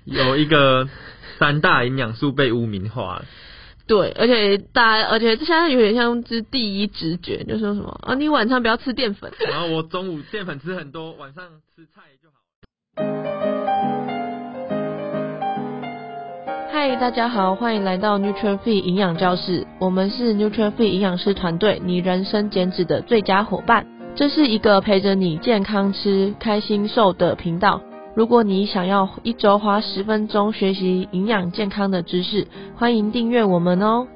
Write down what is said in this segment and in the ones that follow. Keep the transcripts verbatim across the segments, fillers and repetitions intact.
有一个三大营养素被污名化了。 对，而且大家，而且现在有点像是第一直觉，就说什么啊，你晚上不要吃淀粉， 然后我中午淀粉吃很多，晚上吃菜就好。 嗨，大家好，欢迎来到 NutriFit 营养教室，我们是 NutriFit 营养师团队，你人生减脂的最佳伙伴。这是一个陪着你健康吃、开心瘦的频道。如果你想要一周花十分钟学习营养健康的知识，欢迎订阅我们哦。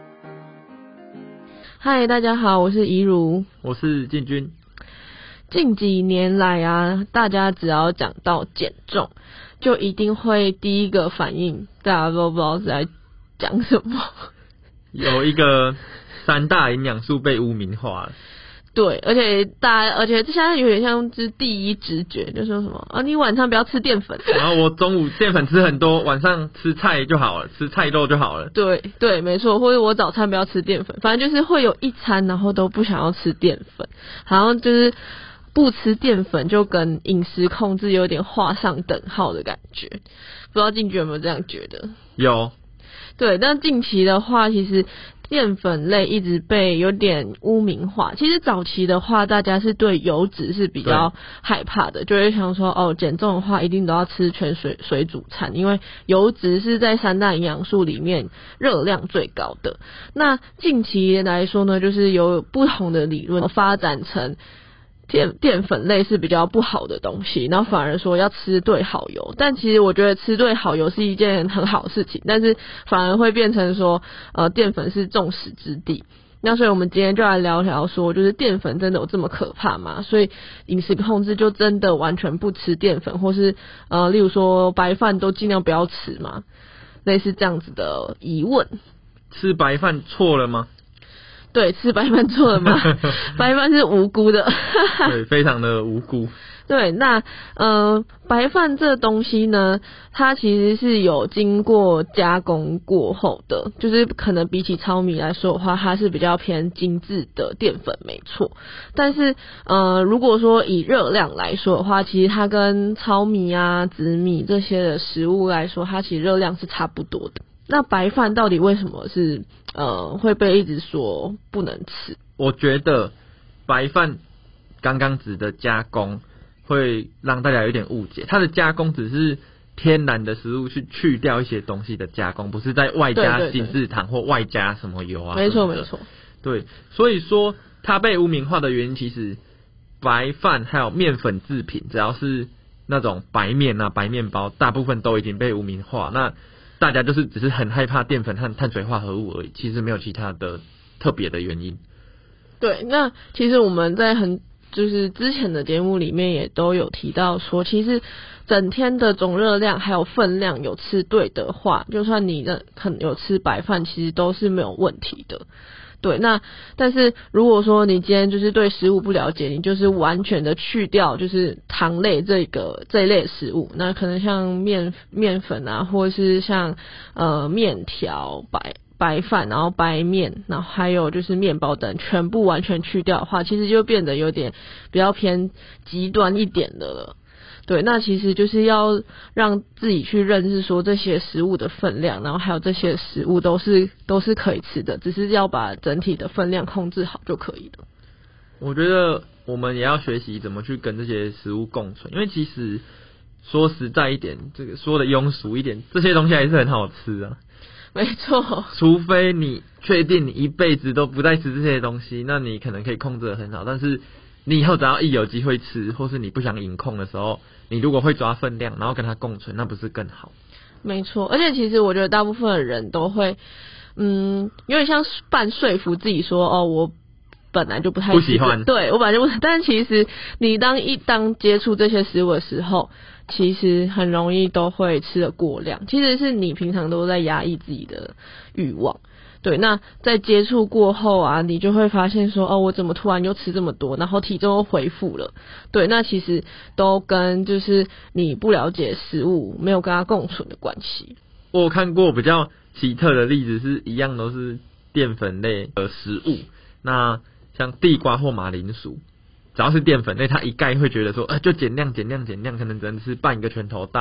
嗨，大家好，我是怡如， 我是进军。 近几年来啊，大家只要讲到减重，就一定会第一个反应，大家都不知道是在讲什么。 有一个三大营养素被污名化了。 对，而且大家，而且现在有点像是第一直觉，就说什么啊，你晚上不要吃淀粉。 然后我中午淀粉吃很多，晚上吃菜就好了，吃菜肉就好了。 对对，没错，或者我早餐不要吃淀粉，反正就是会有一餐，然后都不想要吃淀粉，好像就是不吃淀粉就跟饮食控制有点画上等号的感觉。不知道进局有没有这样觉得？ 有。 对，但近期的话，其实淀粉类一直被有点污名化。其实早期的话，大家是对油脂是比较害怕的，就会想说哦，减重的话一定都要吃全水水煮餐，因为油脂是在三大营养素里面热量最高的。那近期来说呢，就是有不同的理论发展成淀淀粉类是比较不好的东西，然后反而说要吃对好油，但其实我觉得吃对好油是一件很好的事情，但是反而会变成说呃淀粉是众矢之的。那所以我们今天就来聊聊说，就是淀粉真的有这么可怕吗？所以饮食控制就真的完全不吃淀粉，或是呃例如说白饭都尽量不要吃吗？类似这样子的疑问。 吃白饭错了吗？ 对，吃白饭错了吗？白饭是无辜的。 对，非常的无辜。 对，那呃，白饭这东西呢，它其实是有经过加工过后的，就是可能比起糙米来说的话，它是比较偏精致的淀粉，没错。但是呃，如果说以热量来说的话，其实它跟糙米啊、紫米这些的食物来说，它其实热量是差不多的。那白饭到底为什么是呃会被一直说不能吃？ 我觉得白饭刚刚指的加工会让大家有点误解，它的加工只是天然的食物去去掉一些东西的加工，不是在外加精制糖或外加什么油啊。 没错没错。 对，所以说它被污名化的原因，其实白饭还有面粉制品，只要是那种白面啊、白面包，大部分都已经被污名化。那大家就是只是很害怕淀粉和碳水化合物而已，其实没有其他的特别的原因。 对，那其实我们在很就是之前的节目里面也都有提到说，其实整天的总热量还有分量有吃对的话，就算你的可能有吃白饭，其实都是没有问题的。对，那但是如果说你今天就是对食物不了解，你就是完全的去掉就是糖类这个这一类食物，那可能像面面粉啊，或者是像呃面条、白白饭，然后白面，然后还有就是面包等，全部完全去掉的话，其实就变得有点比较偏极端一点的了。对，那其实就是要让自己去认识说这些食物的分量，然后还有这些食物都是都是可以吃的，只是要把整体的分量控制好就可以了。 我觉得我们也要学习怎么去跟这些食物共存，因为其实说实在一点，这个说的庸俗一点，这些东西还是很好吃啊。 没错， 除非你确定你一辈子都不再吃这些东西，那你可能可以控制得很好，但是你以后只要一有机会吃，或是你不想饮控的时候，你如果会抓分量，然后跟它共存，那不是更好？ 没错，而且其实我觉得大部分的人都会，嗯，有点像半说服自己说，哦，我本来就不太不喜欢， 对我本来就不，但其实你当一当接触这些食物的时候，其实很容易都会吃得过量，其实是你平常都在压抑自己的欲望。对，那在接触过后啊，你就会发现说，哦，我怎么突然又吃这么多，然后体重又恢复了。对，那其实都跟就是你不了解食物，没有跟它共存的关系。 我有看过比较奇特的例子，是一样都是淀粉类的食物，那像地瓜或马铃薯，只要是淀粉类，它一概会觉得说，呃，就减量减量减量，可能只能吃半个拳头大。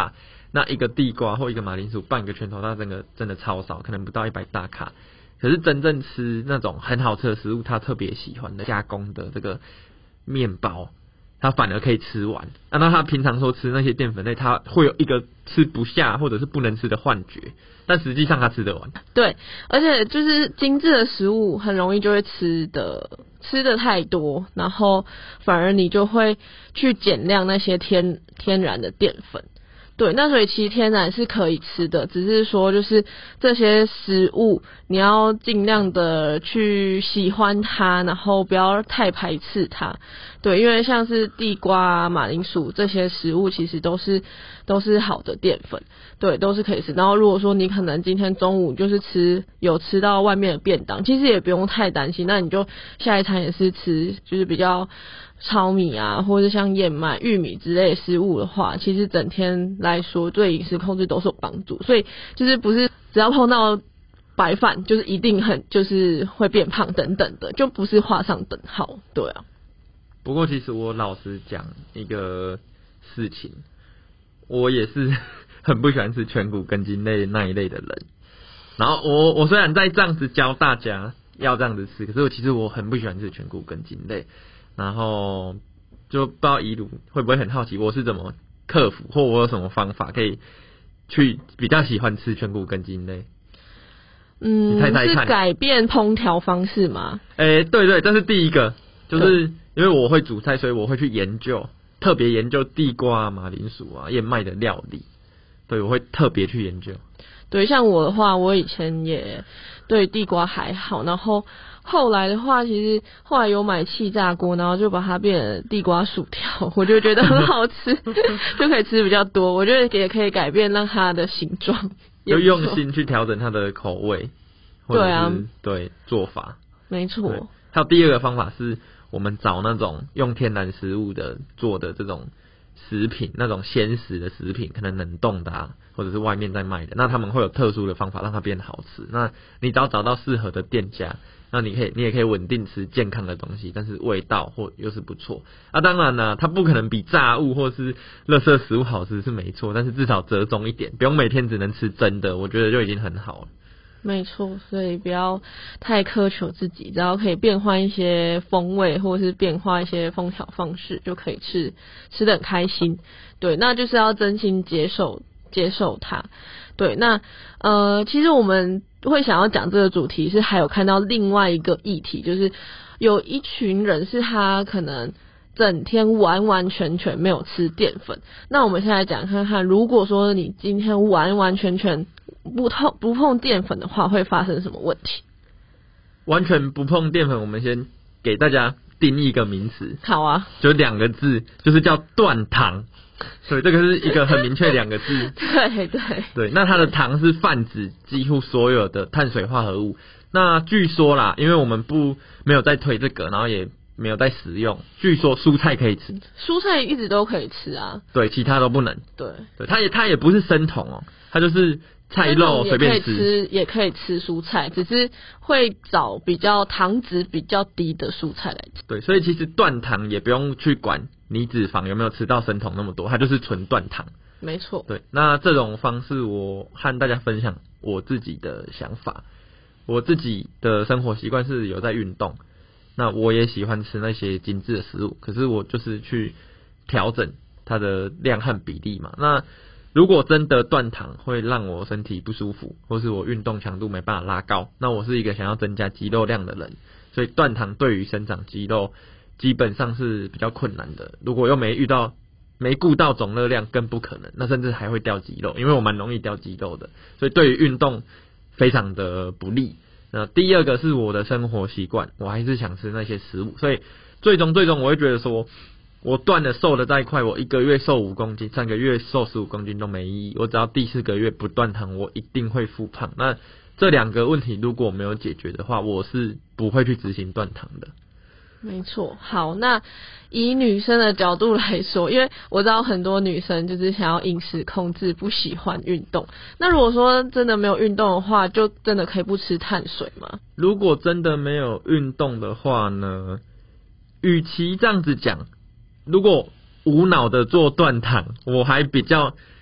那一个地瓜或一个马铃薯，半个拳头，它真的真的超少，可能不到一百大卡。可是真正吃那种很好吃的食物，他特别喜欢的加工的这个面包，他反而可以吃完。啊，那他平常说吃那些淀粉类，他会有一个吃不下或者是不能吃的幻觉，但实际上他吃得完。 对，而且就是精致的食物很容易就会吃的吃的太多，然后反而你就会去减量那些天天然的淀粉。对，那所以其实天然是可以吃的，只是说就是这些食物你要尽量的去喜欢它，然后不要太排斥它。对，因为像是地瓜啊、马铃薯这些食物其实都是都是好的淀粉，对，都是可以吃。然后如果说你可能今天中午就是吃有吃到外面的便当，其实也不用太担心，那你就下一餐也是吃就是比较糙米啊，或者像燕麦、玉米之类的食物的话，其实整天来说对饮食控制都是有帮助。所以就是不是只要碰到白饭就是一定很就是会变胖等等的，就不是画上等号。对啊。 不过其实我老实讲一个事情，我也是很不喜欢吃全谷根茎类那一类的人。然后我我虽然在这样子教大家要这样子吃，可是我其实我很不喜欢吃全谷根茎类。然后就不知道怡如会不会很好奇我是怎么克服，或我有什么方法可以去比较喜欢吃全谷根茎类。 嗯， 你猜猜看， 是改变烹调方式吗？ 诶、欸，对对，这是第一个，就是因为我会煮菜，所以我会去研究，特别研究地瓜、马铃薯啊、燕麦的料理。对，我会特别去研究。 对，像我的话，我以前也对地瓜还好，然后后来的话，其实后来有买气炸锅，然后就把它变成地瓜薯条，我就觉得很好吃，就可以吃比较多。我觉得也可以改变让它的形状， 就用心去调整它的口味，或者是对啊， 对做法， 没错。 还有第二个方法是，我们找那种用天然食物的做的这种食品，那种鲜食的食品，可能冷冻的啊，或者是外面在卖的，那他们会有特殊的方法让它变好吃。那你只要找到适合的店家，那你可以，你也可以稳定吃健康的东西，但是味道或又是不错。啊，当然啦，它不可能比炸物或是垃圾食物好吃是没错，但是至少折中一点，不用每天只能吃真的，我觉得就已经很好了。 没错，所以不要太苛求自己，只要可以变换一些风味，或者是变化一些烹调方式，就可以吃吃得很开心。对，那就是要真心接受接受它。对，那呃，其实我们会想要讲这个主题，是还有看到另外一个议题，就是有一群人是他可能整天完完全全没有吃淀粉。那我们现在讲看看，如果说你今天完完全全不碰不碰淀粉的话，会发生什么问题？ 完全不碰淀粉，我们先给大家定义一个名词。 好啊， 就两个字，就是叫断糖。所以这个是一个很明确两个字。 对对对，那它的糖是泛指几乎所有的碳水化合物。那据说啦，因为我们不没有在推这个，然后也没有在使用，据说蔬菜可以吃， 蔬菜一直都可以吃啊。 对，其他都不能。 对， 对，它也它也不是生酮哦，它就是菜肉随便吃，也可以吃蔬菜，只是会找比较糖质比较低的蔬菜来吃。 对，所以其实断糖也不用去管你脂肪有没有吃到生酮那么多，它就是纯断糖。 没错。 对，那这种方式我和大家分享我自己的想法。我自己的生活习惯是有在运动，那我也喜欢吃那些精致的食物，可是我就是去调整它的量和比例嘛。那如果真的断糖会让我身体不舒服，或是我运动强度没办法拉高，那我是一个想要增加肌肉量的人，所以断糖对于生长肌肉基本上是比较困难的。如果又没遇到没顾到总热量，更不可能，那甚至还会掉肌肉，因为我蛮容易掉肌肉的，所以对于运动非常的不利。那第二个是我的生活习惯，我还是想吃那些食物，所以最终最终我会觉得说，我断了瘦的再快，我一个月瘦五公斤，三个月瘦十五公斤都没意义。我只要第四个月不断糖，我一定会复胖。那这两个问题如果没有解决的话，我是不会去执行断糖的。 没错。好，那以女生的角度来说，因为我知道很多女生就是想要饮食控制，不喜欢运动。那如果说真的没有运动的话，就真的可以不吃碳水吗？ 如果真的没有运动的话呢，与其这样子讲，如果无脑的做断糖，我还比较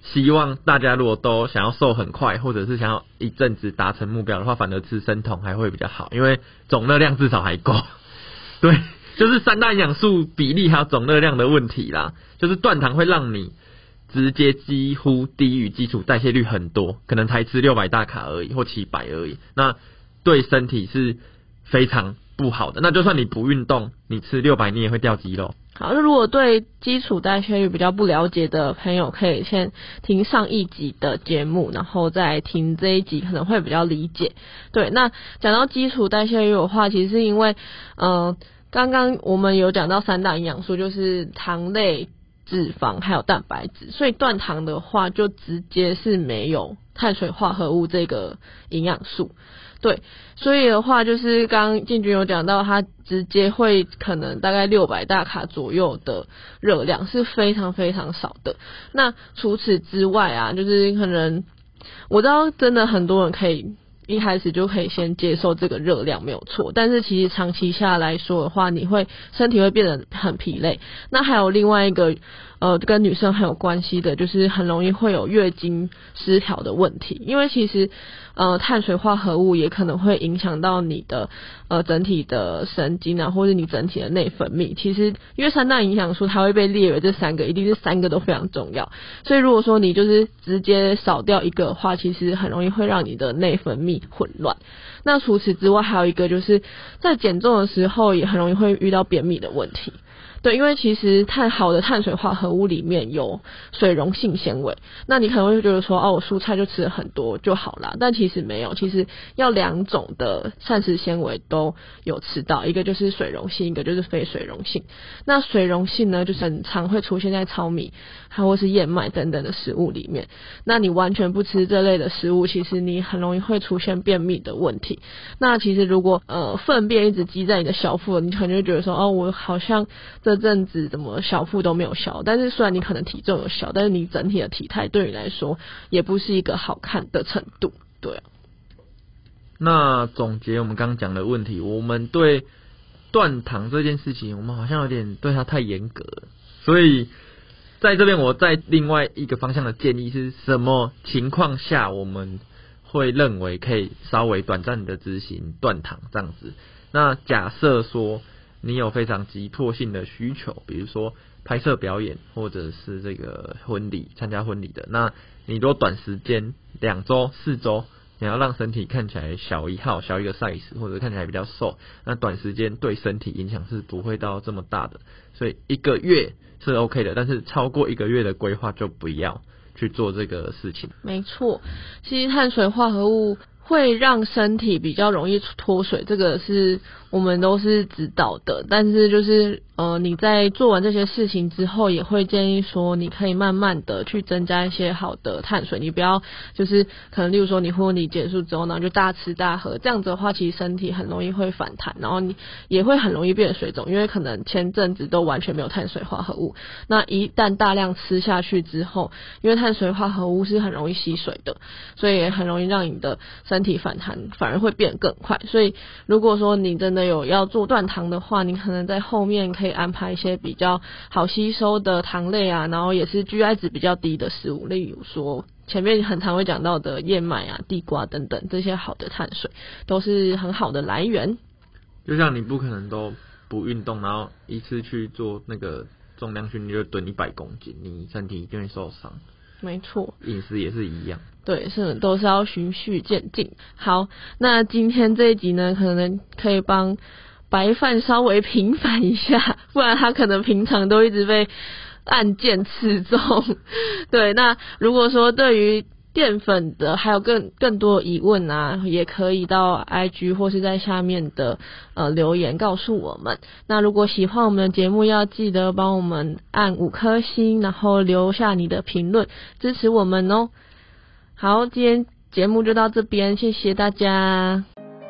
希望大家如果都想要瘦很快，或者是想要一阵子达成目标的话，反而吃生酮还会比较好，因为总热量至少还够。对，就是三大营养素比例还有总热量的问题啦。就是断糖会让你直接几乎低于基础代谢率很多，可能才吃六百大卡而已，或七百而已。那对身体是非常不好的。那就算你不运动，你吃六百你也会掉肌肉。 好，那如果对基础代谢率比较不了解的朋友，可以先听上一集的节目，然后再听这一集，可能会比较理解。对，那讲到基础代谢率的话，其实是因为，呃，刚刚我们有讲到三大营养素，就是糖类、脂肪还有蛋白质，所以断糖的话，就直接是没有碳水化合物这个营养素。对，所以的话就是刚刚进军有讲到，它直接会可能大概六百大卡左右的热量，是非常非常少的。那除此之外啊，就是可能我知道真的很多人可以一开始就可以先接受这个热量没有错，但是其实长期下来说的话，你会身体会变得很疲累。那还有另外一个呃跟女生很有关系的，就是很容易会有月经失调的问题，因为其实呃碳水化合物也可能会影响到你的呃整体的神经啊，或者你整体的内分泌。其实因为三大营养素它会被列为这三个，一定是三个都非常重要，所以如果说你就是直接少掉一个的话，其实很容易会让你的内分泌混乱。那除此之外还有一个就是在减重的时候也很容易会遇到便秘的问题。对，因为其实碳好的碳水化合物里面有水溶性纤维，那你可能会觉得说哦，我蔬菜就吃了很多就好啦，但其实没有，其实要两种的膳食纤维都有吃到，一个就是水溶性，一个就是非水溶性。那水溶性呢，就是很常会出现在糙米还或是燕麦等等的食物里面。那你完全不吃这类的食物，其实你很容易会出现便秘的问题。那其实如果呃粪便一直积在你的小腹，你可能就觉得说哦，我好像这阵子怎么小腹都没有消，但是虽然你可能体重有消，但是你整体的体态对你来说也不是一个好看的程度。对啊， 那总结我们刚刚讲的问题，我们对断糖这件事情，我们好像有点对它太严格了，所以在这边我在另外一个方向的建议是什么情况下我们会认为可以稍微短暂的执行断糖这样子。那假设说你有非常急迫性的需求，比如说拍摄表演或者是这个婚礼，参加婚礼的，那你如果短时间两周四周你要让身体看起来小一号小一个 size 或者看起来比较瘦，那短时间对身体影响是不会到这么大的，所以一个月是 OK 的，但是超过一个月的规划就不要去做这个事情。 没错，其实碳水化合物会让身体比较容易脱水，这个是我们都是知道的，但是就是呃你在做完这些事情之后，也会建议说你可以慢慢的去增加一些好的碳水，你不要就是可能例如说你婚礼结束之后呢就大吃大喝，这样子的话其实身体很容易会反弹，然后你也会很容易变水肿，因为可能前阵子都完全没有碳水化合物，那一旦大量吃下去之后，因为碳水化合物是很容易吸水的，所以也很容易让你的身体反弹反而会变更快。所以如果说你真的有要做断糖的话，你可能在后面可以安排一些比较好吸收的糖类啊，然后也是 G I 值比较低的食物，例如说前面很常会讲到的燕麦啊、地瓜等等，这些好的碳水都是很好的来源。 就像你不可能都不运动，然后一次去做那个重量训练就蹲一百公斤，你身体一定会受伤。 没错， 饮食也是一样。 对，是都是要循序渐进。好，那今天这一集呢，可能可以帮白饭稍微平反一下，不然他可能平常都一直被按键刺中。对，那如果说对于淀粉的还有更更多的疑问啊，也可以到 I G 或是在下面的呃留言告诉我们。那如果喜欢我们的节目，要记得帮我们按五颗星，然后留下你的评论，支持我们哦。好，今天节目就到这边，谢谢大家。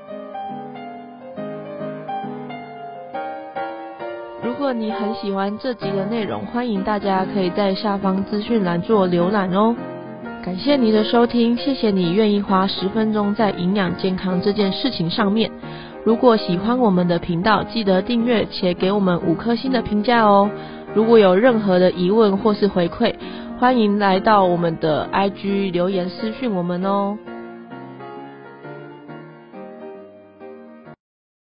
如果你很喜欢这集的内容，欢迎大家可以在下方资讯栏做浏览哦。感谢你的收听，谢谢你愿意花十分钟在营养健康这件事情上面。如果喜欢我们的频道，记得订阅且给我们五颗星的评价哦。如果有任何的疑问或是回馈， 欢迎来到我们的 I G 留言私讯我们哦。